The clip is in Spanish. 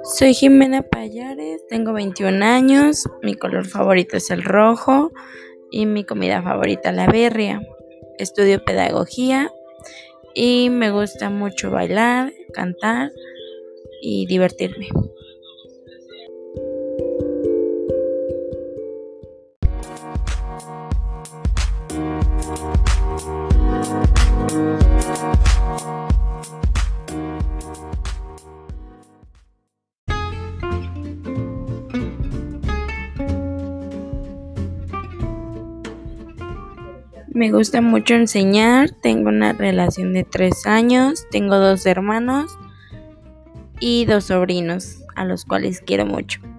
Soy Jimena Payares, tengo 21 años, mi color favorito es el rojo y mi comida favorita la birria. Estudio pedagogía y me gusta mucho bailar, cantar y divertirme. Me gusta mucho enseñar, tengo una relación de 3 años, tengo 2 hermanos y 2 sobrinos, a los cuales quiero mucho.